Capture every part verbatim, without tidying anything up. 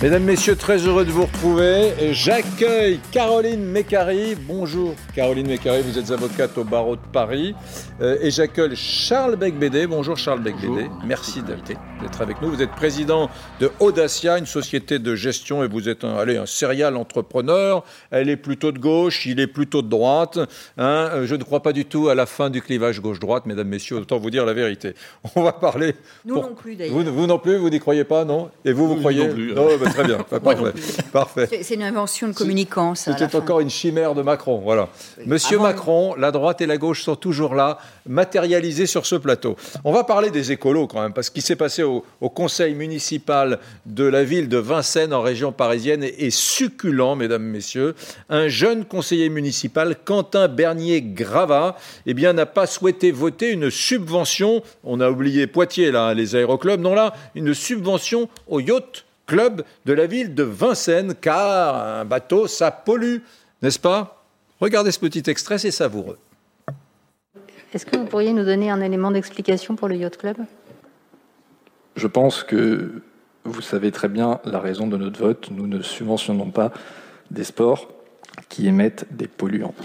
Mesdames, Messieurs, très heureux de vous retrouver. J'accueille Caroline Mécary. Bonjour Caroline Mécary, vous êtes avocate au barreau de Paris. Euh, et j'accueille Charles Becbédé. Bonjour Charles Becbédé. Merci d'être avec nous. Vous êtes président de Audacia, une société de gestion, et vous êtes un, allez, un serial entrepreneur. Elle est plutôt de gauche, il est plutôt de droite. Hein. Je ne crois pas du tout à la fin du clivage gauche-droite, mesdames, messieurs, autant vous dire la vérité. On va parler... Nous pour... non plus d'ailleurs. Vous, vous non plus, vous n'y croyez pas, non? Et vous, vous oui, croyez? Non plus. Non, bah, très bien, parfait. Parfait. C'est, c'est une invention de communicants, ça. C'était encore une chimère de Macron, voilà. Monsieur Avant... Macron, la droite et la gauche sont toujours là, matérialisés sur ce plateau. On va parler des écolos quand même, parce qu'il s'est passé au, au conseil municipal de la ville de Vincennes, en région parisienne, est succulent, mesdames, messieurs. Un jeune conseiller municipal, Quentin Bernier-Gravat, eh bien, n'a pas souhaité voter une subvention, on a oublié Poitiers, là, les aéroclubs, non là, une subvention au yacht club de la ville de Vincennes, car un bateau, ça pollue, n'est-ce pas? Regardez ce petit extrait, c'est savoureux. Est-ce que vous pourriez nous donner un élément d'explication pour le yacht club? Je pense que vous savez très bien la raison de notre vote. Nous ne subventionnons pas des sports qui émettent des polluants.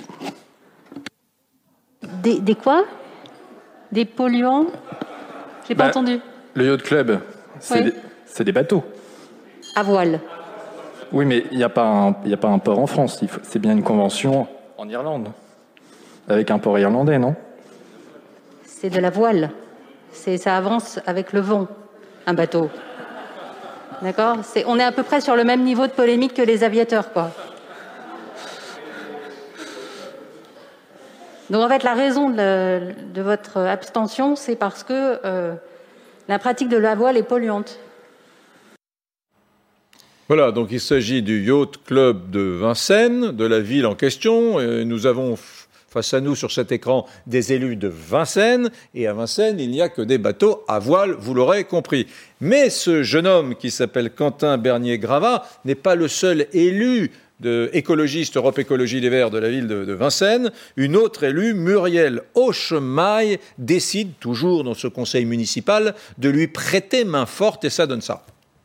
Des, des quoi? Des polluants? J'ai pas bah, entendu. Le yacht club, c'est, oui. des, c'est des bateaux. À voile. Oui, mais il n'y a pas un, il n'y a pas un port en France. Il faut, c'est bien une convention en Irlande, avec un port irlandais, non? C'est de la voile. C'est, ça avance avec le vent, un bateau. D'accord? C'est, on est à peu près sur le même niveau de polémique que les aviateurs, quoi. Donc, en fait, la raison de, de votre abstention, c'est parce que euh, la pratique de la voile est polluante. Voilà, donc il s'agit du Yacht Club de Vincennes, de la ville en question. Et nous avons face à nous sur cet écran des élus de Vincennes. Et à Vincennes, il n'y a que des bateaux à voile, vous l'aurez compris. Mais ce jeune homme qui s'appelle Quentin Bernier-Gravat n'est pas le seul élu de écologiste Europe Écologie Les Verts de la ville de, de Vincennes. Une autre élue, Muriel Auchemaille, décide, toujours dans ce conseil municipal, de lui prêter main forte et ça donne ça.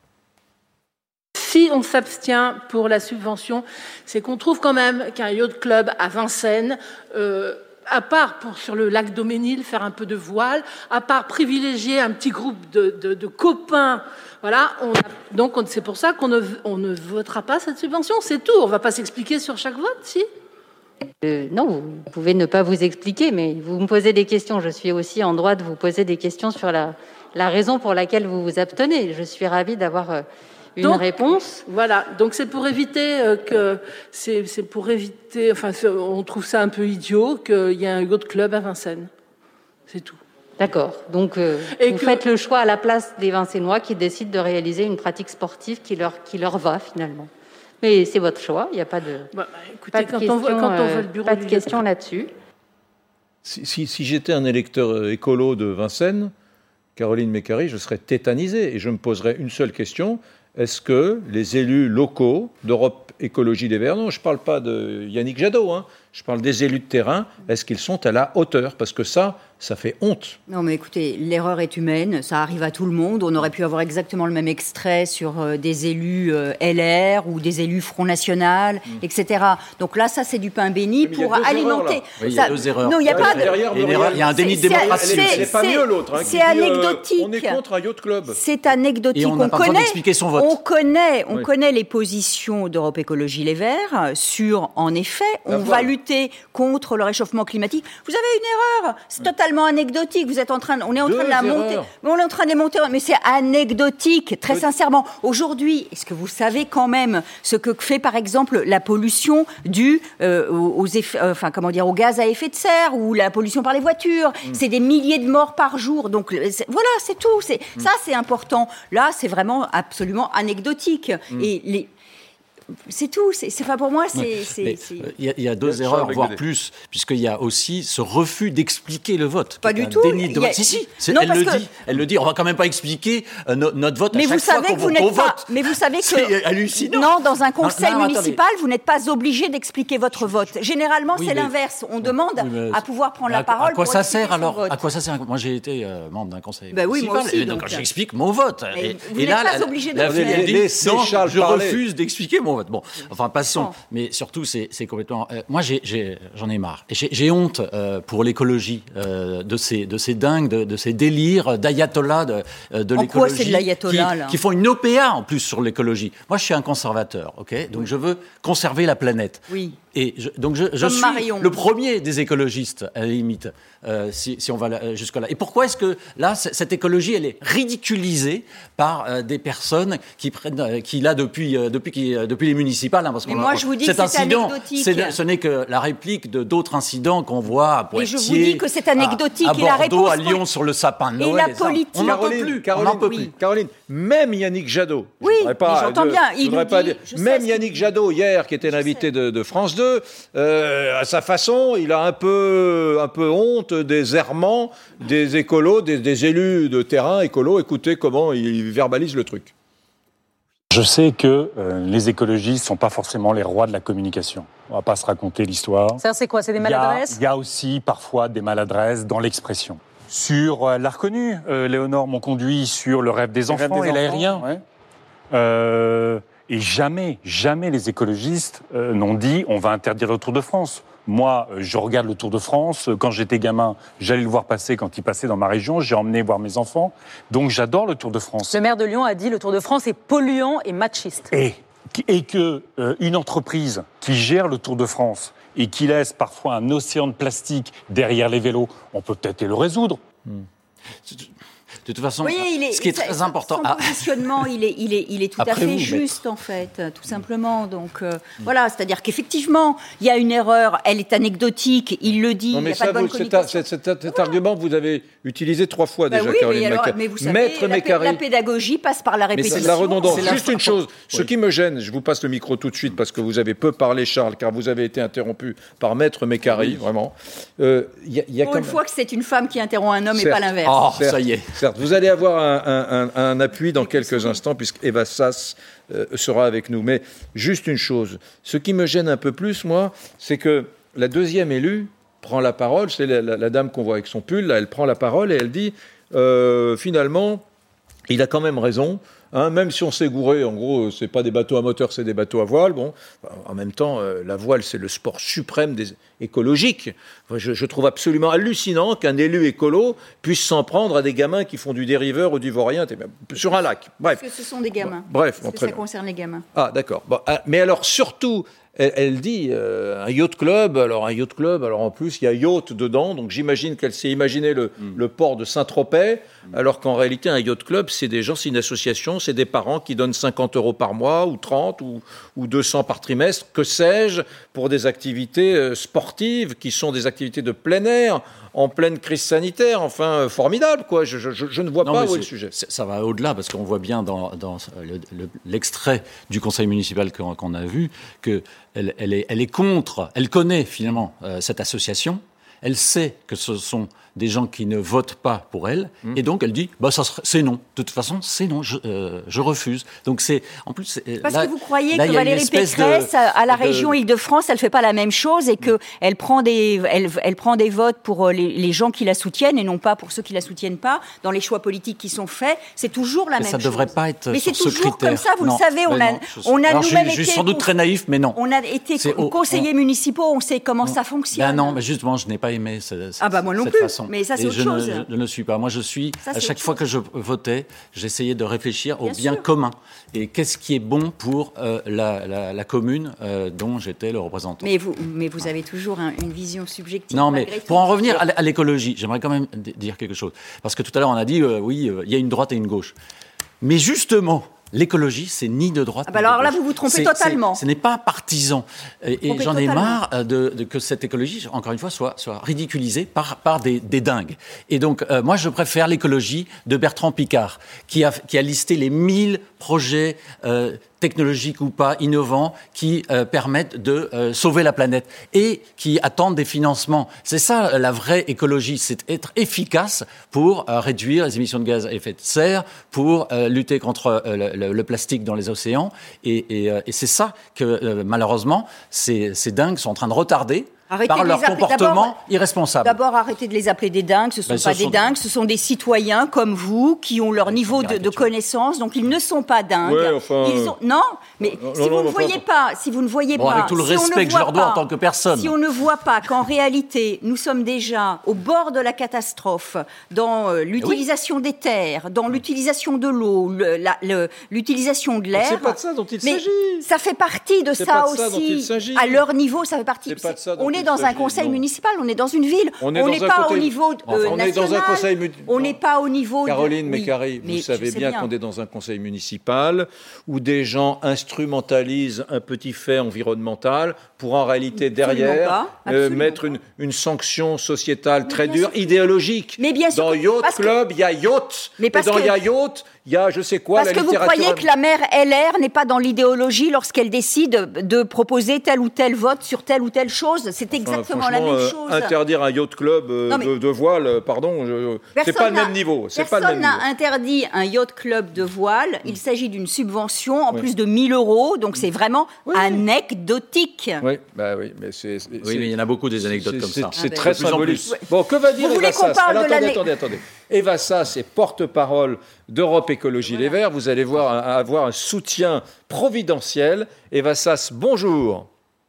Si on s'abstient pour la subvention, c'est qu'on trouve quand même qu'un yacht club à Vincennes, euh, à part pour, sur le lac Daumesnil, faire un peu de voile, à part privilégier un petit groupe de, de, de copains, voilà, on a, donc on, c'est pour ça qu'on ne, on ne votera pas cette subvention, c'est tout. On ne va pas s'expliquer sur chaque vote, si euh, Non, vous pouvez ne pas vous expliquer, mais vous me posez des questions. Je suis aussi en droit de vous poser des questions sur la, la raison pour laquelle vous vous abstenez. Je suis ravie d'avoir... Euh, Une donc, réponse. Voilà. Donc c'est pour éviter euh, que c'est, c'est pour éviter. Enfin, on trouve ça un peu idiot qu'il y ait un yacht club à Vincennes. C'est tout. D'accord. Donc euh, vous que... faites le choix à la place des Vincennois qui décident de réaliser une pratique sportive qui leur qui leur va finalement. Mais c'est votre choix. Il n'y a pas de. Bah, bah, écoutez, pas de quand question, on voit, quand on voit le bureau pas de question là-dessus. Si, si, si j'étais un électeur écolo de Vincennes, Caroline Mécary, je serais tétanisé et je me poserais une seule question. Est-ce que les élus locaux d'Europe Écologie Les Verts, non, je ne parle pas de Yannick Jadot, hein, je parle des élus de terrain, est-ce qu'ils sont à la hauteur? Parce que ça, ça fait honte. Non, mais écoutez, l'erreur est humaine, ça arrive à tout le monde. On aurait pu avoir exactement le même extrait sur euh, des élus euh, L R ou des élus Front National, mmh. et cetera. Donc là, ça, c'est du pain béni mais pour alimenter. Oui, il y a deux erreurs. Non, il n'y a pas de... Il y a un déni de démocratie. Elle n'est pas mieux, l'autre. Hein, c'est anecdotique. Euh, on est contre un yacht club. C'est anecdotique. Et on n'a pas besoin d'expliquer son vote. On connaît, on oui. connaît les positions d'Europe Écologie Les Verts sur, en effet, on va lutter contre le réchauffement climatique. Vous avez une erreur. C'est oui. totalement anecdotique. Vous êtes en train, on est en Deux train de la erreurs. monter. Mais on est en train de la monter. Mais c'est anecdotique, très Deux. sincèrement. Aujourd'hui, est-ce que vous savez quand même ce que fait, par exemple, la pollution due euh, aux effets, euh, enfin, comment dire, aux gaz à effet de serre ou la pollution par les voitures? Mm. C'est des milliers de morts par jour. Donc c'est, voilà, c'est tout. C'est, mm. Ça, c'est important. Là, c'est vraiment absolument anecdotique. Mm. Et les c'est tout. C'est, c'est, enfin, pour moi, c'est... Il c'est... y, y a deux erreurs, voire plus, puisqu'il y a aussi ce refus d'expliquer le vote. Pas du tout. Déni de a... Si, si, non, elle, le que... dit, elle le dit. On va quand même pas expliquer euh, no, notre vote mais à chaque vous savez fois que qu'on, vous qu'on n'êtes pas... vote. Mais vous savez que... C'est hallucinant. Non, dans un conseil non, non, municipal, vous n'êtes pas obligé d'expliquer votre vote. Généralement, oui, c'est mais... l'inverse. On demande oui, mais... à pouvoir prendre la à, parole à quoi pour ça expliquer sert son alors vote. À quoi ça sert Moi, j'ai été euh, membre d'un conseil ben oui, municipal, moi aussi, et donc, donc j'explique mon vote. Mais Et, vous et n'êtes là, pas la, obligé de la, refuser. elle dit, Laissez non, Charles je parler. refuse d'expliquer mon vote. Bon, enfin, passons. Bon. Mais surtout, c'est, c'est complètement... Euh, moi, j'ai, j'ai, j'en ai marre. Et j'ai, j'ai honte euh, pour l'écologie, euh, de, ces, de ces dingues, de, de ces délires d'ayatollahs de, de en l'écologie. quoi c'est de l'ayatollah, qui, là qui font une O P A, en plus, sur l'écologie. Moi, je suis un conservateur, ok Donc, oui. je veux conserver la planète. Oui. Et je, donc, je, je Comme suis Marion. le premier des écologistes, à la limite, euh, si, si on va là, jusque-là. Et pourquoi est-ce que, là, c- cette écologie, elle est ridiculisée par euh, des personnes qui prennent, euh, qui, là, depuis, euh, depuis, qui, euh, depuis les municipales, hein, parce Mais qu'on moi, a- je vous dis cet que c'est incident, anecdotique. c'est, ce n'est que la réplique de d'autres incidents qu'on voit à Mais je Poitiers, vous dis que c'est anecdotique. à, à Et la Bordeaux, réponse à Lyon, poli- sur le sapin de Et Noël. la et ça. politique- On n'en peut Caroline, plus. Caroline, on n'en peut plus. Caroline, même Yannick Jadot, je Oui, voudrais pas mais j'entends de- bien, je il voudrais nous pas dit- dire- je sais même ce Yannick qu'il- Jadot, hier, qui était Je l'invité sais. de, de France deux, euh, à sa façon, il a un peu, un peu honte des errements des écolos, des, des élus de terrain écolos. Écoutez comment il verbalise le truc. Je sais que euh, les écologistes ne sont pas forcément les rois de la communication. On ne va pas se raconter l'histoire. Ça, c'est quoi? C'est des Il y a- maladresses? Il y, a aussi parfois des maladresses dans l'expression. Sur euh, l'art connu, euh, Léonore m'ont conduit sur le rêve des enfants des et enfants, l'aérien. ouais. Euh, et jamais, jamais les écologistes euh, n'ont dit on va interdire le Tour de France. Moi, euh, je regarde le Tour de France. Quand j'étais gamin, j'allais le voir passer quand il passait dans ma région. J'ai emmené voir mes enfants. Donc j'adore le Tour de France. Le maire de Lyon a dit le Tour de France est polluant et machiste. Et, et que euh, une entreprise qui gère le Tour de France et qui laisse parfois un océan de plastique derrière les vélos, on peut peut-être le résoudre. De toute façon, Vous voyez, il est, ce qui est ça- très son- important... Son Ah, positionnement, il est, il est, il est tout à Après fait vous, juste, en fait, euh, tout simplement. Donc, euh, voilà, c'est-à-dire qu'effectivement, il y a une erreur, elle est anecdotique, il le dit, Non, il n'y mais a pas ça, de bonne vous, cet, communication. cet- cet- cet argument, vous avez utilisé trois fois Bah déjà, oui, Caroline mais, alors, Macari. mais vous savez, Maître la, pé- Mécari. la pédagogie passe par la Mais répétition. c'est la redondance. C'est la Juste une fin. chose, ce Oui. qui me gêne, je vous passe le micro tout de suite parce que vous avez peu parlé, Charles, car vous avez été interrompu par Maître Mécari, vraiment. Euh, y a- y a Pour quand une même- fois que c'est une femme qui interrompt un homme et Certes. pas l'inverse. Oh, Certes, ça y est. Certes, vous allez avoir un, un- un- un appui dans quelques instants, puisque Eva Sass euh, sera avec nous. Mais juste une chose, ce qui me gêne un peu plus, moi, c'est que la deuxième élue prend la parole, c'est la, la- la dame qu'on voit avec son pull, là, elle prend la parole et elle dit, euh, finalement, il a quand même raison. Hein, même si on s'est gouré, en gros, c'est pas des bateaux à moteur, c'est des bateaux à voile. Bon, en même temps, euh, la voile, c'est le sport suprême des écologiques. Enfin, je, je trouve absolument hallucinant qu'un élu écolo puisse s'en prendre à des gamins qui font du dériveur ou du vaurien t'es même sur un lac. Bref. Parce que ce sont des gamins. Bref, Parce bon, que très ça bien. concerne les gamins. Ah, d'accord. Bon, ah, mais alors, surtout, elle, elle dit euh, un yacht club. Alors, un yacht club, alors en plus, il y a yacht dedans. Donc, j'imagine qu'elle s'est imaginé le, Mm. le port de Saint-Tropez. Alors qu'en réalité, un yacht club, c'est des gens, c'est une association, c'est des parents qui donnent cinquante euros par mois, ou trente, ou, ou deux cents par trimestre, que sais-je, pour des activités euh, sportives, qui sont des activités de plein air, en pleine crise sanitaire. Enfin, euh, formidable, quoi. Je, je- je- je ne vois Non, pas mais où est c'est- le sujet. c'est- Ça va au-delà, parce qu'on voit bien dans, dans le- le- l'extrait du conseil municipal qu'on qu'on a vu qu'elle elle est, elle est contre, elle connaît finalement euh, cette association, elle sait que ce sont des gens qui ne votent pas pour elle, et donc elle dit bah, ça serait- c'est non. De toute façon, c'est non, je, euh, je refuse. Donc c'est, en plus, c'est- Parce là- que vous croyez là, que il y a une Valérie espèce Pécresse, de- à la de- région Île-de-France, elle fait pas la même chose et que elle prend des, elle, elle prend des votes pour les, les gens qui la soutiennent et non pas pour ceux qui la soutiennent pas. Dans les choix politiques qui sont faits, c'est toujours la Mais même ça chose. devrait pas être Mais sur c'est ce toujours critère. comme ça, vous Non, le savez. On mais a, non, je- on a alors, je suis- nous-mêmes je suis été sans doute con- très naïf, mais non. On a été C'est co- au- conseillers on- municipaux, on sait comment ça fonctionne. Ben non, mais justement, je n'ai pas aimé ce- ce- Ah bah moi non cette plus, façon. mais ça, c'est Et autre je chose. Ne, je ne suis pas. Moi, je suis, Ça, à c'est chaque autre fois que je votais, j'essayais de réfléchir au Bien bien sûr. commun. Et qu'est-ce qui est bon pour euh, la, la- la commune euh, dont j'étais le représentant. Mais vous, mais vous avez toujours un- une vision subjective. Non, mais malgré tout. pour en revenir à l- à l'écologie, j'aimerais quand même d- dire quelque chose. Parce que tout à l'heure, on a dit, euh, oui, euh, il y a une droite et une gauche. Mais justement, l'écologie, c'est ni de droite Ah bah ni de alors là, gauche. vous vous trompez C'est- totalement. c'est- Ce n'est pas partisan. Et, et trompez j'en ai totalement. marre euh, de, de que cette écologie, encore une fois, soit, soit ridiculisée par, par des, des dingues. Et donc, euh, moi, je préfère l'écologie de Bertrand Piccard, qui a, qui a listé les mille projets euh, technologiques ou pas, innovants, qui euh, permettent de euh, sauver la planète et qui attendent des financements. C'est ça la vraie écologie, c'est être efficace pour euh, réduire les émissions de gaz à effet de serre, pour euh, lutter contre euh, le, le plastique dans les océans. Et, et, euh, et c'est ça que, euh, malheureusement, ces, ces dingues sont en train de retarder. Arrêtez par de leur comportement d'abord, irresponsable. D'abord, arrêtez de les appeler des dingues. Ce ne sont ben, pas ce des sont... dingues, ce sont des citoyens comme vous qui ont leur ouais, niveau de, de connaissance. Donc, ils ne sont pas dingues. Ouais, enfin, ils ont... Non, mais non, si, non, vous non, ne voyez pas, si vous ne voyez bon, pas... Avec tout le si respect que je leur dois pas, en tant que personne. Si on ne voit pas qu'en réalité, nous sommes déjà au bord de la catastrophe dans euh, l'utilisation oui. des terres, dans l'utilisation de l'eau, le, la, le, l'utilisation de l'air... C'est pas de ça dont il mais s'agit. Ça fait partie de c'est ça pas de aussi. Ça dont il à leur niveau, ça fait partie... C'est pas de ça dont on est il dans s'agit. un conseil municipal, on est dans une ville, on n'est pas côté... au niveau euh, enfin, on national, est dans un conseil mu... on n'est pas au niveau... Caroline de... Mécari, oui, vous savez bien, bien qu'on est dans un conseil municipal où des gens instrumentalisent un petit fait environnemental pour en réalité derrière pas, euh, mettre une, une sanction sociétale mais très dure, sûr. idéologique. Mais bien sûr, dans Yacht Club, il que... y a Yacht, mais parce et dans que... Yacht, il y a je sais quoi, parce la que littérature... vous croyez que la maire L R n'est pas dans l'idéologie lorsqu'elle décide de proposer tel ou tel vote sur telle ou telle chose. C'est exactement enfin, la même euh, chose. Interdire un Yacht Club euh, non, de, de voile, pardon, je... c'est pas le même niveau. C'est personne pas le même n'a niveau. interdit un Yacht Club de voile. Il s'agit d'une subvention en oui. plus de mille euros, donc c'est vraiment oui. anecdotique. Oui, bah oui, mais c'est... c'est oui, mais il y en a beaucoup des anecdotes comme ça. C'est très symbolique. Bon, que va dire Eva Sass ? Attendez, attendez, attendez. Eva Sass est porte-parole d'Europe Écologie Les Verts. Vous allez voir, avoir un soutien providentiel. Eva Sass, bonjour.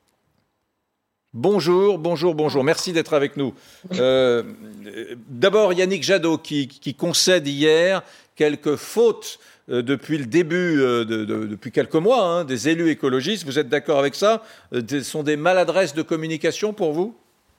Bonjour, bonjour, bonjour. Merci d'être avec nous. Euh, d'abord, Yannick Jadot qui, qui concède hier quelques fautes euh, depuis le début, euh, de, de, depuis quelques mois, hein, des élus écologistes. Vous êtes d'accord avec ça ? euh, Ce sont des maladresses de communication pour vous ?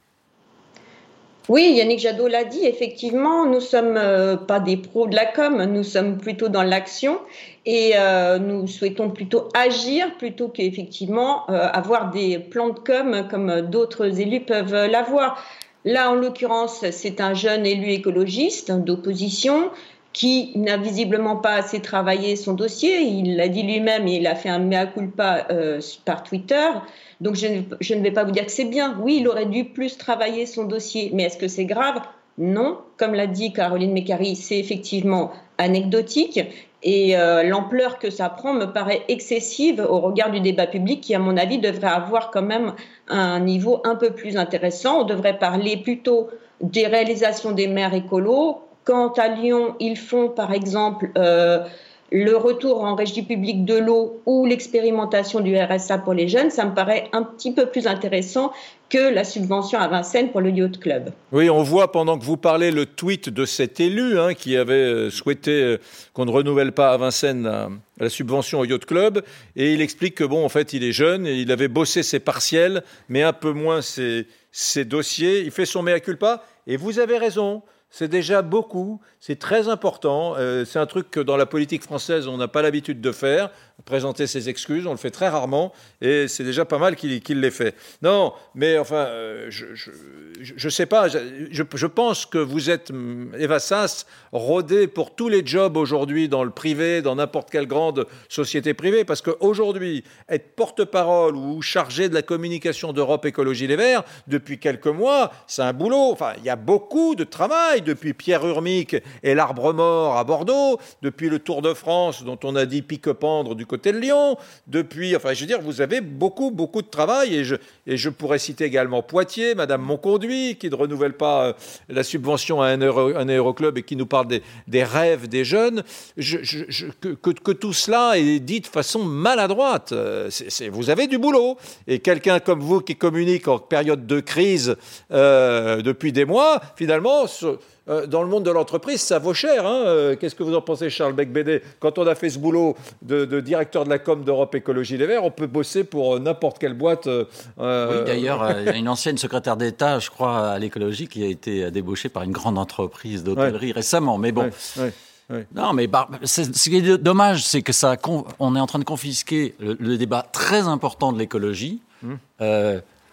Oui, Yannick Jadot l'a dit, effectivement, nous ne sommes euh, pas des pros de la com, nous sommes plutôt dans l'action et euh, nous souhaitons plutôt agir plutôt qu'effectivement euh, avoir des plans de com comme d'autres élus peuvent l'avoir. Là, en l'occurrence, c'est un jeune élu écologiste d'opposition qui n'a visiblement pas assez travaillé son dossier. Il l'a dit lui-même et il a fait un mea culpa euh, par Twitter. Donc, je ne, je ne vais pas vous dire que c'est bien. Oui, il aurait dû plus travailler son dossier. Mais est-ce que c'est grave ? Non. Comme l'a dit Caroline Mécari, c'est effectivement anecdotique. Et euh, l'ampleur que ça prend me paraît excessive au regard du débat public qui, à mon avis, devrait avoir quand même un niveau un peu plus intéressant. On devrait parler plutôt des réalisations des maires écolos. Quand à Lyon, ils font, par exemple... Euh, le retour en régie publique de l'eau ou l'expérimentation du R S A pour les jeunes, ça me paraît un petit peu plus intéressant que la subvention à Vincennes pour le Yacht Club. Oui, on voit pendant que vous parlez le tweet de cet élu hein, qui avait souhaité qu'on ne renouvelle pas à Vincennes la, la subvention au Yacht Club et il explique que bon, en fait, il est jeune et il avait bossé ses partiels, mais un peu moins ses, ses dossiers. Il fait son mea culpa et vous avez raison. C'est déjà beaucoup, c'est très important. Euh, c'est un truc que dans la politique française, on n'a pas l'habitude de faire. Présenter ses excuses, on le fait très rarement, et c'est déjà pas mal qu'il, qu'il l'ait fait. Non, mais enfin, euh, je, je, je sais pas, je, je pense que vous êtes, Eva Sass, rodée pour tous les jobs aujourd'hui dans le privé, dans n'importe quelle grande société privée, parce qu'aujourd'hui, être porte-parole ou chargé de la communication d'Europe Écologie Les Verts, depuis quelques mois, c'est un boulot. Enfin, il y a beaucoup de travail, depuis Pierre Urmic et l'Arbre Mort à Bordeaux, depuis le Tour de France, dont on a dit pique-pendre du côté de Lyon, depuis, enfin je veux dire, vous avez beaucoup, beaucoup de travail et je, et je pourrais citer également Poitiers, Madame Monconduit, qui ne renouvelle pas euh, la subvention à un, euro, un aéroclub et qui nous parle des, des rêves des jeunes, je, je, je, que, que, que tout cela est dit de façon maladroite. C'est, c'est, vous avez du boulot et quelqu'un comme vous qui communique en période de crise euh, depuis des mois, finalement... Ce, dans le monde de l'entreprise, ça vaut cher. Hein. Qu'est-ce que vous en pensez, Charles Becbédé ? Quand on a fait ce boulot de, de directeur de la com d'Europe Écologie Les Verts, on peut bosser pour n'importe quelle boîte. Euh... Oui, d'ailleurs, il y a une ancienne secrétaire d'État, je crois, à l'écologie, qui a été débauchée par une grande entreprise d'hôtellerie ouais. récemment. Mais bon... Ouais, ouais. Oui. Non, mais bah, c'est, ce qui est dommage, c'est que ça, on est en train de confisquer le, le débat très important de l'écologie. Mmh. Euh,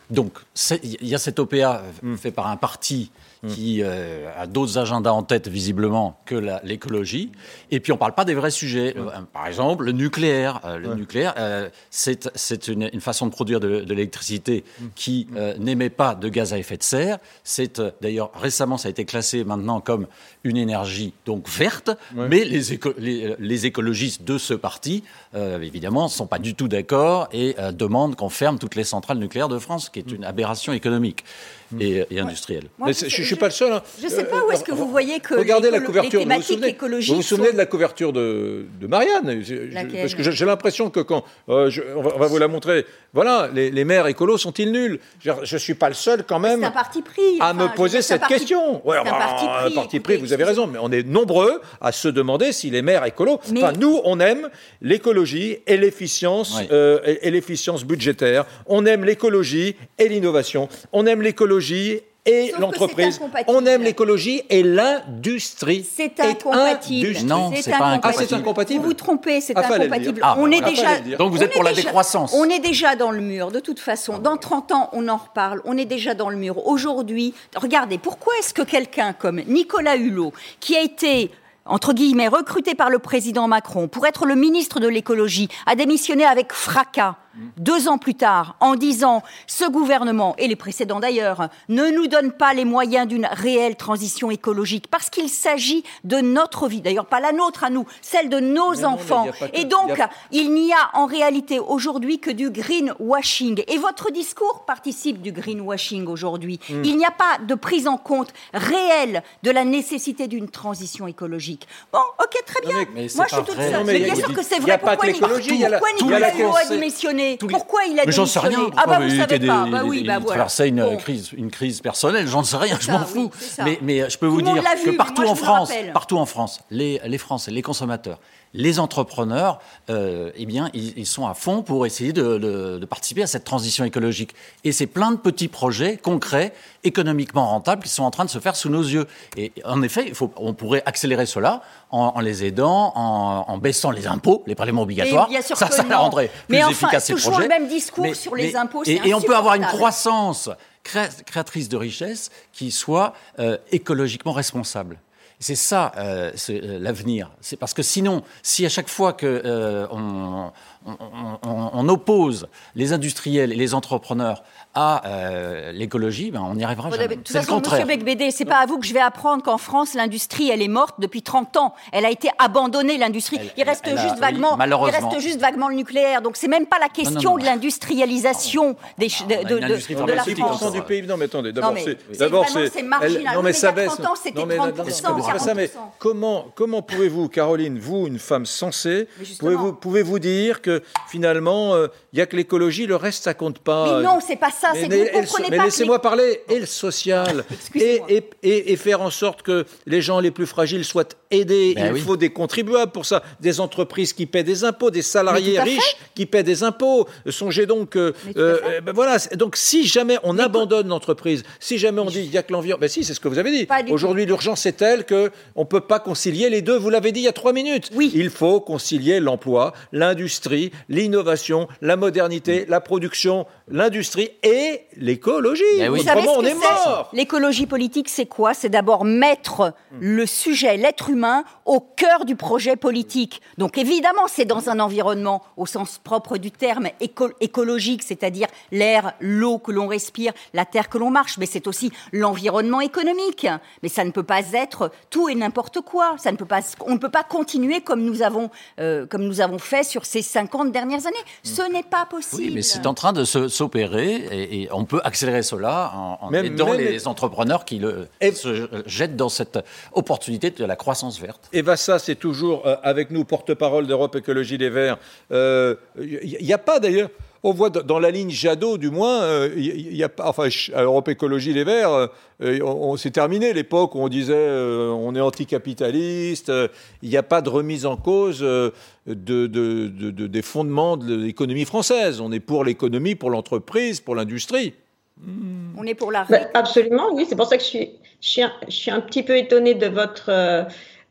Donc, il y a cet O P A mmh. fait par un parti qui euh, a d'autres agendas en tête, visiblement, que la, l'écologie. Et puis, on ne parle pas des vrais sujets. Euh, par exemple, le nucléaire. Euh, le ouais. nucléaire, euh, c'est, c'est une, une façon de produire de, de l'électricité qui euh, n'émet pas de gaz à effet de serre. C'est, euh, d'ailleurs, récemment, ça a été classé maintenant comme une énergie donc verte. Ouais. Mais les, éco- les, les écologistes de ce parti, euh, évidemment, ne sont pas du tout d'accord et euh, demandent qu'on ferme toutes les centrales nucléaires de France, qui est une aberration économique et, et industrielle. Moi, mais je ne suis pas le seul. Hein. Je ne sais pas où est-ce que vous voyez que regardez la couverture, les thématiques vous écologiques vous vous souvenez sont... de la couverture de, de Marianne je, parce que j'ai l'impression que quand... Euh, je, on, va, on va vous la montrer. Voilà, les, les maires écolos sont-ils nuls? Je ne suis pas le seul quand même c'est un parti pris, à enfin, me poser dire, cette parti, question. Ouais, c'est un parti pris. Un parti pris, vous avez raison, mais on est nombreux à se demander si les maires écolos... Mais... Enfin, nous, on aime l'écologie et l'efficience, oui. euh, et, et l'efficience budgétaire. On aime l'écologie et l'innovation. On aime l'écologie et Sauf l'entreprise. On aime l'écologie et l'industrie. C'est incompatible. Non, c'est, c'est pas incompatible. Ah, c'est incompatible. Vous vous trompez, c'est ah, incompatible. Ah, on bah, est déjà. Donc vous êtes pour la déjà, décroissance. On est déjà dans le mur, de toute façon. Dans trente ans, on en reparle. On est déjà dans le mur. Aujourd'hui, regardez, pourquoi est-ce que quelqu'un comme Nicolas Hulot, qui a été entre guillemets, recruté par le président Macron pour être le ministre de l'écologie, a démissionné avec fracas deux ans plus tard en disant « Ce gouvernement, et les précédents d'ailleurs, ne nous donne pas les moyens d'une réelle transition écologique parce qu'il s'agit de notre vie, d'ailleurs pas la nôtre à nous, celle de nos mais enfants. Non, » Et donc, a... il n'y a en réalité aujourd'hui que du greenwashing. Et votre discours participe du greenwashing aujourd'hui. Mm. Il n'y a pas de prise en compte réelle de la nécessité d'une transition écologique. Bon, ok, très bien. Non, mais, mais Moi, je suis toute seule. Mais bien sûr que c'est vrai. Pourquoi Nicolas Hulot a démissionné? Les... Pourquoi il a mais j'en sais rien. Ah bah vous savez des, pas. Bah oui, il, bah il voilà. traversait une bon. crise, une crise personnelle. J'en sais rien. C'est je ça, m'en fous. Oui, mais, mais je peux Tout vous dire que vu, partout en France, partout en France, les, les Français, les consommateurs, les entrepreneurs, euh, eh bien, ils, ils sont à fond pour essayer de, de, de participer à cette transition écologique. Et c'est plein de petits projets concrets, économiquement rentables, qui sont en train de se faire sous nos yeux. Et en effet, il faut, on pourrait accélérer cela en, en les aidant, en, en baissant les impôts, les prélèvements obligatoires. Bien sûr ça, que ça non. rendrait plus mais enfin, efficace ces projets. Toujours le même discours mais, sur les mais, impôts. Et, et on peut avoir une croissance créatrice de richesse qui soit euh, écologiquement responsable. C'est ça, euh, c'est, euh, l'avenir. C'est parce que sinon, si à chaque fois que euh, on, on, on, on oppose les industriels et les entrepreneurs à euh, l'écologie, ben on n'y arrivera jamais. De toute c'est façon, Monsieur Becbédé, c'est pas à vous que je vais apprendre qu'en France, l'industrie, elle est morte depuis trente ans. Elle a été abandonnée, l'industrie. Elle, il reste elle, juste elle a, vaguement, oui, il reste juste vaguement le nucléaire. Donc c'est même pas la question non, non, non. de l'industrialisation non, des, de, de, de, de la France. Du pays. Non, mais attendez. D'abord, non, mais, c'est, c'est, d'abord, vraiment, c'est, c'est marginal. Elle, non, mais ça baisse. trente ans, c'était trente pour cent. Ça, mais comment, comment pouvez-vous, Caroline, vous, une femme sensée, pouvez-vous, pouvez-vous dire que finalement, il euh, n'y a que l'écologie, le reste, ça compte pas? Mais non, c'est pas ça. C'est que vous comprenez mais pas. Mais laissez-moi les... parler. Et le social. et, et, et, et faire en sorte que les gens les plus fragiles soient aidés. Ben Il oui. faut des contribuables pour ça. Des entreprises qui paient des impôts, des salariés riches qui paient des impôts. Songez donc. Euh, euh, ben voilà. Donc, si jamais on mais abandonne l'entreprise, si jamais on dit il n'y a que l'environnement. Ben si, c'est ce que vous avez dit. Aujourd'hui, l'urgence est telle qu'on ne peut pas concilier les deux. Vous l'avez dit il y a trois minutes. Oui. Il faut concilier l'emploi, l'industrie, l'innovation, la modernité, la production, l'industrie et l'écologie. Oui. Vous savez ce on que est mort. L'écologie politique, c'est quoi? C'est d'abord mettre mmh. le sujet, l'être humain, au cœur du projet politique. Donc évidemment, c'est dans un environnement, au sens propre du terme, éco- écologique, c'est-à-dire l'air, l'eau que l'on respire, la terre que l'on marche, mais c'est aussi l'environnement économique. Mais ça ne peut pas être tout et n'importe quoi. Ça ne peut pas, on ne peut pas continuer comme nous avons, euh, comme nous avons fait sur ces cinquante dernières années. Ce n'est pas possible. Oui, mais c'est en train de se, s'opérer et, et on peut accélérer cela en, en même, aidant même, les mais... entrepreneurs qui le, et... se jettent dans cette opportunité de la croissance verte. Eva Sas est toujours euh, avec nous, porte-parole d'Europe Écologie Les Verts. Il euh, n'y a pas d'ailleurs... On voit dans la ligne Jadot, du moins, il euh, y a pas, enfin, à Europe Écologie Les Verts, euh, on, on s'est terminé l'époque où on disait euh, on est anticapitaliste. Il euh, n'y a pas de remise en cause euh, de, de, de, de, des fondements de l'économie française. On est pour l'économie, pour l'entreprise, pour l'industrie. Mmh. On est pour la. Bah, absolument, oui. C'est pour ça que je suis, je suis, un, je suis un petit peu étonnée de votre. Euh,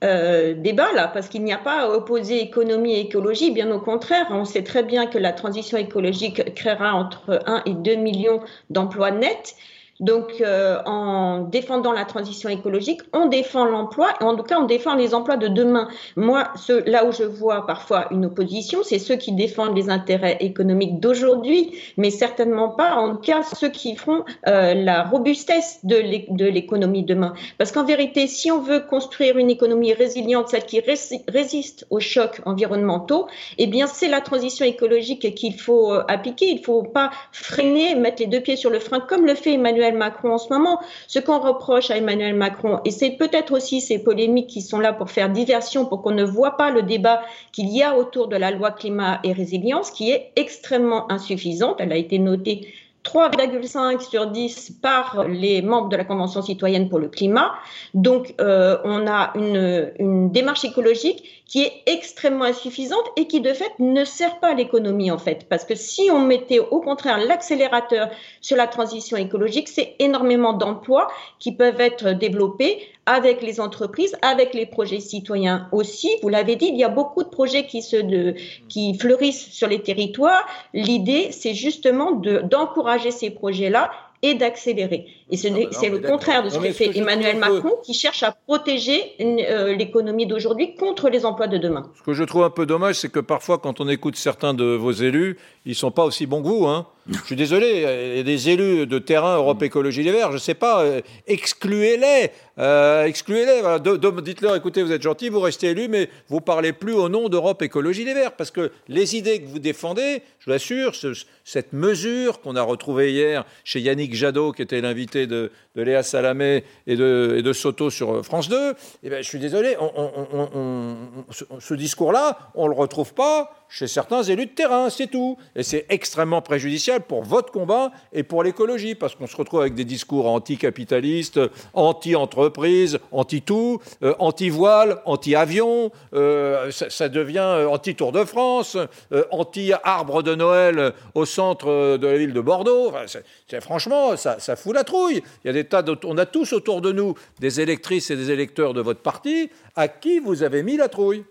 euh, débat là, parce qu'il n'y a pas à opposer économie et écologie, bien au contraire. On sait très bien que la transition écologique créera entre un et deux millions d'emplois nets. Donc, euh, en défendant la transition écologique, on défend l'emploi, et en tout cas, on défend les emplois de demain. Moi, ce, là où je vois parfois une opposition, c'est ceux qui défendent les intérêts économiques d'aujourd'hui, mais certainement pas, en tout cas, ceux qui feront euh, la robustesse de, l'é- de l'économie demain. Parce qu'en vérité, si on veut construire une économie résiliente, celle qui rés- résiste aux chocs environnementaux, eh bien, c'est la transition écologique qu'il faut euh, appliquer. Il ne faut pas freiner, mettre les deux pieds sur le frein, comme le fait Emmanuel Macron en ce moment. Ce qu'on reproche à Emmanuel Macron, et c'est peut-être aussi ces polémiques qui sont là pour faire diversion, pour qu'on ne voit pas le débat qu'il y a autour de la loi climat et résilience, qui est extrêmement insuffisante. Elle a été notée trois virgule cinq sur dix par les membres de la Convention citoyenne pour le climat. Donc, euh, on a une, une démarche écologique qui est extrêmement insuffisante et qui, de fait, ne sert pas à l'économie, en fait. Parce que si on mettait, au contraire, l'accélérateur sur la transition écologique, c'est énormément d'emplois qui peuvent être développés avec les entreprises, avec les projets citoyens aussi. Vous l'avez dit, il y a beaucoup de projets qui, se de, qui fleurissent sur les territoires. L'idée, c'est justement de, d'encourager ces projets-là et d'accélérer. Et ce n'est, c'est le contraire de ce que fait Emmanuel Macron, qui cherche à protéger euh, l'économie d'aujourd'hui contre les emplois de demain. Ce que je trouve un peu dommage, c'est que parfois, quand on écoute certains de vos élus, ils ne sont pas aussi bons que vous. Hein. Je suis désolé, il y a des élus de terrain, Europe Écologie Les Verts, je ne sais pas, euh, excluez-les. Euh, excluez-les. Voilà. De, de, dites-leur, écoutez, vous êtes gentils, vous restez élus, mais vous ne parlez plus au nom d'Europe Écologie Les Verts. Parce que les idées que vous défendez, je vous assure, ce, cette mesure qu'on a retrouvée hier chez Yannick Jadot, qui était l'invité de, de Léa Salamé et de, et de Soto sur France deux, eh ben, je suis désolé, on, on, on, on, ce, ce discours-là, on ne le retrouve pas chez certains élus de terrain, c'est tout. Et c'est extrêmement préjudiciable pour votre combat et pour l'écologie, parce qu'on se retrouve avec des discours anticapitalistes, anti-entreprise, anti-tout, euh, anti-voile, anti-avion, euh, ça, ça devient anti-Tour de France, euh, anti-arbre de Noël au centre de la ville de Bordeaux. Enfin, c'est, c'est, franchement, ça, ça fout la trouille. Il y a des tas de, on a tous autour de nous des électrices et des électeurs de votre parti à qui vous avez mis la trouille.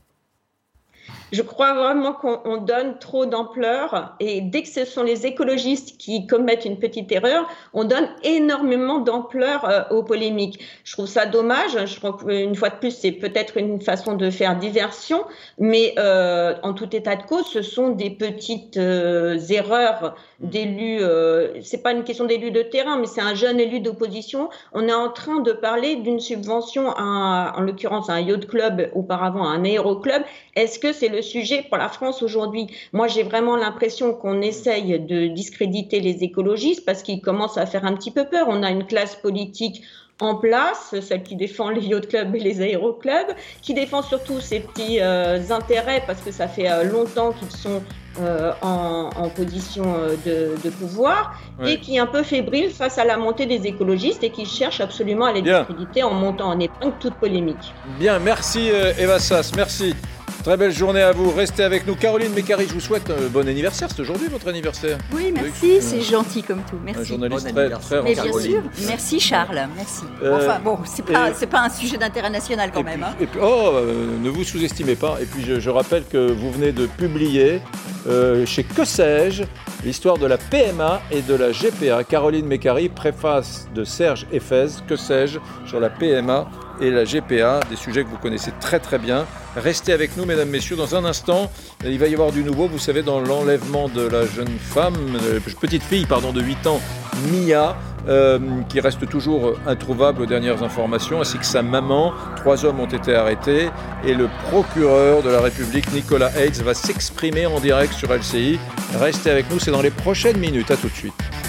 Je crois vraiment qu'on donne trop d'ampleur et dès que ce sont les écologistes qui commettent une petite erreur, on donne énormément d'ampleur euh, aux polémiques. Je trouve ça dommage. Je crois qu'une fois de plus, c'est peut-être une façon de faire diversion, mais euh, en tout état de cause, ce sont des petites euh, erreurs d'élus. Euh, c'est pas une question d'élus de terrain, mais c'est un jeune élu d'opposition. On est en train de parler d'une subvention, à un, en l'occurrence à un yacht club, auparavant à un aéroclub. Est-ce que c'est le sujet pour la France aujourd'hui? Moi, j'ai vraiment l'impression qu'on essaye de discréditer les écologistes parce qu'ils commencent à faire un petit peu peur. On a une classe politique en place, celle qui défend les yacht clubs et les aéroclubs, qui défend surtout ses petits euh, intérêts parce que ça fait euh, longtemps qu'ils sont euh, en, en position euh, de, de pouvoir, oui. Et qui est un peu fébrile face à la montée des écologistes et qui cherche absolument à les Bien. discréditer en montant en épingle toute polémique. Bien, merci euh, Eva Sas, merci. Très belle journée à vous. Restez avec nous. Caroline Mécari, je vous souhaite un bon anniversaire. C'est aujourd'hui votre anniversaire. Oui, merci. C'est gentil comme tout. Merci. Un journaliste très, très Mais bien sûr. Merci Charles. Merci. Euh, enfin bon, c'est pas, et, c'est pas un sujet d'intérêt national quand même. Puis, hein. et puis, oh, euh, ne vous sous-estimez pas. Et puis je, je rappelle que vous venez de publier euh, chez Que sais-je l'histoire de la P M A et de la G P A. Caroline Mécari, préface de Serge Effez, Que sais-je sur la P M A et la G P A, des sujets que vous connaissez très très bien. Restez avec nous, mesdames, messieurs. Dans un instant, il va y avoir du nouveau. Vous savez, dans l'enlèvement de la jeune femme, euh, petite fille, pardon, de huit ans, Mia, euh, qui reste toujours introuvable aux dernières informations, ainsi que sa maman. Trois hommes ont été arrêtés et le procureur de la République, Nicolas Hayes, va s'exprimer en direct sur L C I. Restez avec nous, c'est dans les prochaines minutes. À tout de suite.